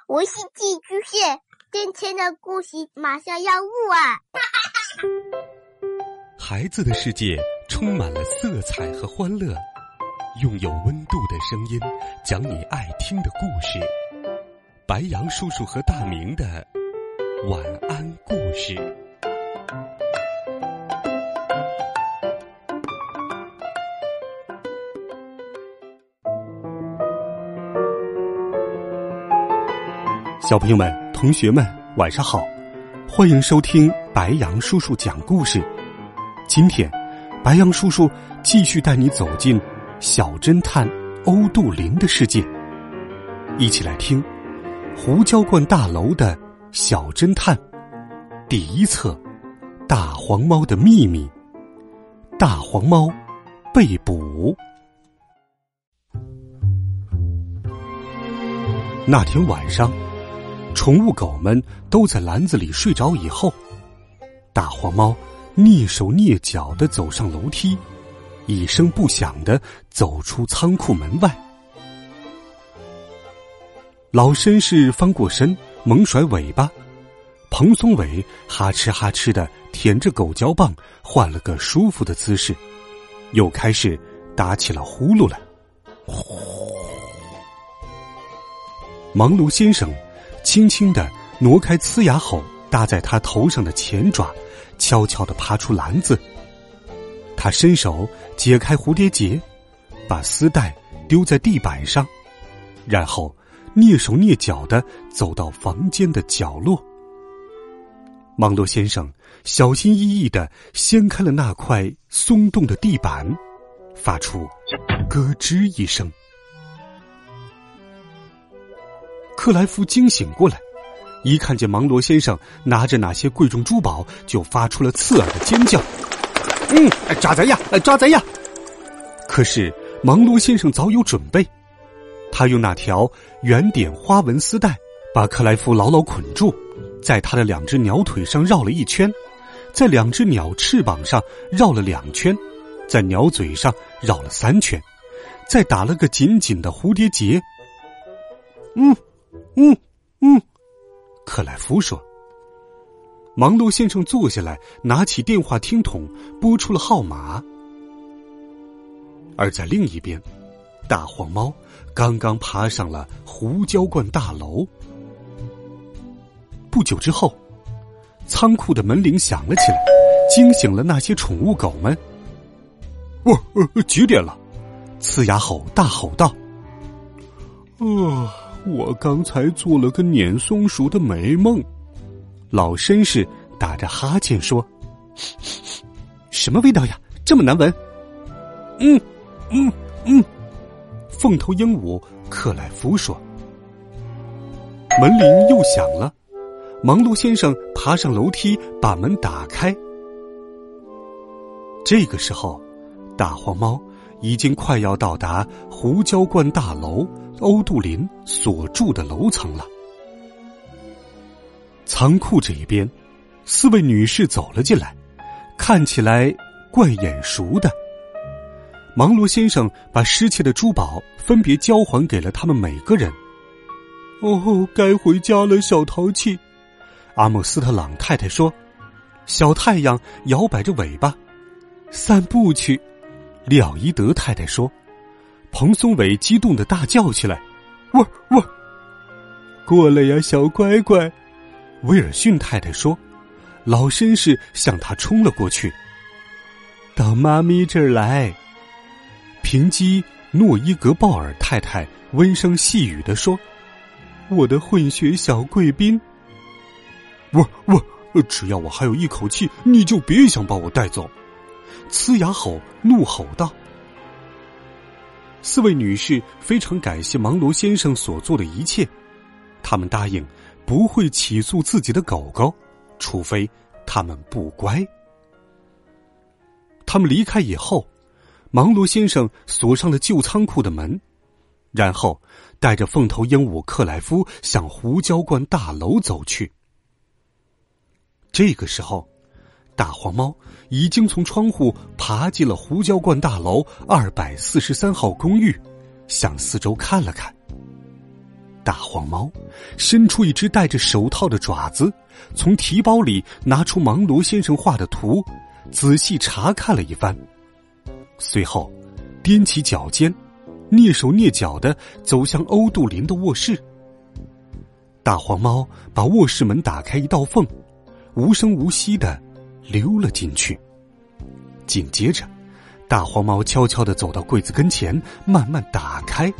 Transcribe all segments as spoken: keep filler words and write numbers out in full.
我是寄居蟹，今天的故事马上要录啊！ 孩子的世界充满了色彩和欢乐，用有温度的声音讲你爱听的故事。白杨叔叔和大明的晚安故事。小朋友们、同学们，晚上好！欢迎收听白杨叔叔讲故事。今天，白杨叔叔继续带你走进小侦探欧杜林的世界，一起来听胡椒罐大楼的小侦探第一册：大黄猫的秘密。大黄猫被捕。那天晚上，宠物狗们都在篮子里睡着以后，大黄猫蹑手蹑脚地走上楼梯，一声不响地走出仓库门外。老绅士翻过身，猛甩尾巴，蓬松尾哈哧哈哧地舔着狗嚼棒，换了个舒服的姿势，又开始打起了呼噜来。忙碌先生轻轻地挪开呲牙吼搭在他头上的前爪，悄悄地爬出篮子。他伸手解开蝴蝶结，把丝带丢在地板上，然后蹑手蹑脚地走到房间的角落。芒罗先生小心翼翼地掀开了那块松动的地板，发出咯吱一声。克莱夫惊醒过来，一看见芒罗先生拿着那些贵重珠宝，就发出了刺耳的尖叫。嗯，抓贼呀，抓贼呀！可是芒罗先生早有准备，他用那条圆点花纹丝带把克莱夫牢牢捆住，在他的两只鸟腿上绕了一圈，在两只鸟翅膀上绕了两圈，在鸟嘴上绕了三圈，再打了个紧紧的蝴蝶结。嗯嗯嗯，克莱夫说。芒罗先生坐下来，拿起电话听筒，拨出了号码。而在另一边，大黄猫刚刚爬上了胡椒罐大楼。不久之后，仓库的门铃响了起来，惊醒了那些宠物狗们。哦，呃、几点了？呲牙吼大吼道。呃我刚才做了个撵松鼠的美梦，老绅士打着哈欠说。什么味道呀，这么难闻？嗯嗯嗯，凤头鹦鹉克莱夫说。门铃又响了，芒罗先生爬上楼梯，把门打开。这个时候，大黄猫已经快要到达胡椒罐大楼欧杜林所住的楼层了。仓库这一边，四位女士走了进来，看起来怪眼熟的。芒罗先生把失窃的珠宝分别交还给了他们每个人。哦，该回家了，小淘气。阿姆斯特朗太太说。小太阳摇摆着尾巴。散步去。利奥伊德太太说。蓬松尾激动地大叫起来。喔喔，过来呀，小乖乖。威尔逊太太说。老绅士向他冲了过去。到妈咪这儿来。平基诺伊格鲍尔太太温声细语地说。我的混血小贵宾。喔喔，只要我还有一口气，你就别想把我带走。呲牙吼怒吼道。四位女士非常感谢芒罗先生所做的一切，他们答应不会起诉自己的狗狗，除非他们不乖。他们离开以后，芒罗先生锁上了旧仓库的门，然后带着凤头鹦鹉克莱夫向胡椒罐大楼走去。这个时候，大黄猫已经从窗户爬进了胡椒罐大楼二百四十三号公寓，向四周看了看。 大黄猫伸出一只戴着手套的爪子，从提包里拿出芒罗先生画的图，仔细查看了一番，随后踮起脚尖，蹑手蹑脚地走向欧杜林的卧室。大黄猫把卧室门打开一道缝，无声无息地溜了进去。紧接着，大黄猫悄悄地走到柜子跟前，慢慢打开。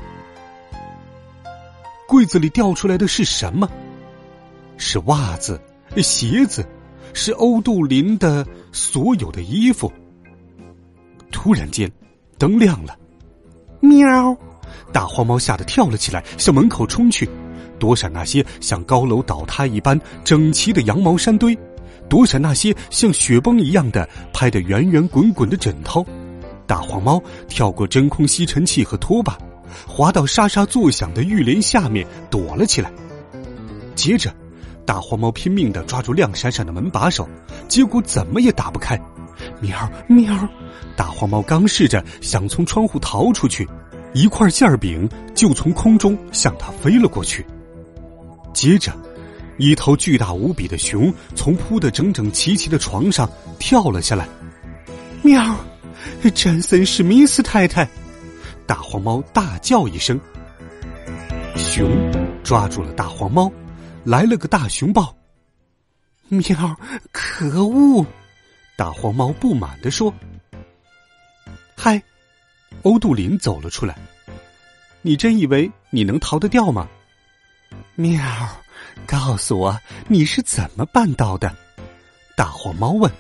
柜子里掉出来的是什么？是袜子、鞋子，是欧杜林的所有的衣服。突然间，灯亮了，喵！大黄猫吓得跳了起来，向门口冲去，躲闪那些像高楼倒塌一般整齐的羊毛衫堆，躲闪那些像雪崩一样的拍得圆圆滚滚的枕头。大黄猫跳过真空吸尘器和拖把，滑到沙沙作响的浴帘下面躲了起来。接着，大黄猫拼命地抓住亮闪闪的门把手，结果怎么也打不开。喵喵！大黄猫刚试着想从窗户逃出去，一块馅饼就从空中向它飞了过去。接着，一头巨大无比的熊从铺得整整齐齐的床上跳了下来。喵！詹森史密斯太太！大黄猫大叫一声。熊抓住了大黄猫，来了个大熊抱。喵！可恶！大黄猫不满地说。嗨，欧杜林走了出来。你真以为你能逃得掉吗？喵！告诉我你是怎么办到的？大黄猫问。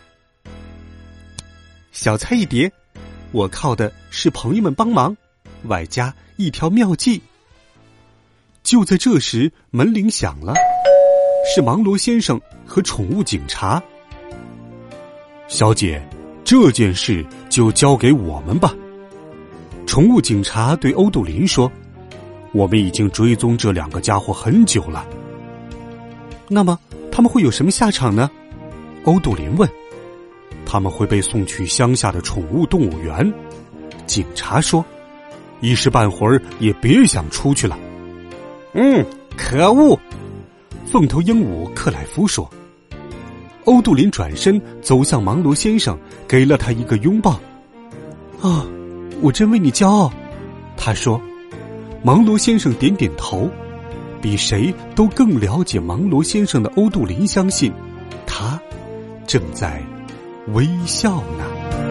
小菜一碟，我靠的是朋友们帮忙，外加一条妙计。就在这时，门铃响了，是芒罗先生和宠物警察。小姐，这件事就交给我们吧。宠物警察对欧杜林说，我们已经追踪这两个家伙很久了。那么他们会有什么下场呢？欧杜林问。他们会被送去乡下的宠物动物园。警察说，一时半会儿也别想出去了。嗯，可恶！凤头鹦鹉克莱夫说。欧杜林转身走向芒罗先生，给了他一个拥抱。哦，我真为你骄傲，他说。芒罗先生点点头。比谁都更了解芒罗先生的欧杜林相信，他正在微笑呢。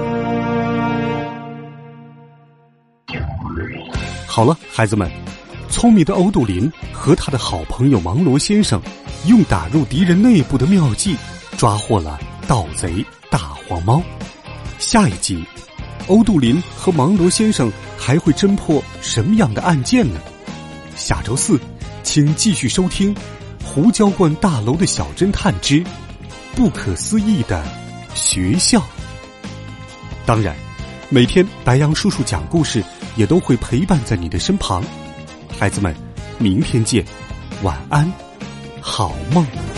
好了，孩子们，聪明的欧杜林和他的好朋友芒罗先生用打入敌人内部的妙计抓获了盗贼大黄猫。下一集，欧杜林和芒罗先生还会侦破什么样的案件呢？下周四请继续收听胡椒罐大楼的小侦探之不可思议的学校。当然，每天白杨叔叔讲故事也都会陪伴在你的身旁。孩子们，明天见，晚安，好梦。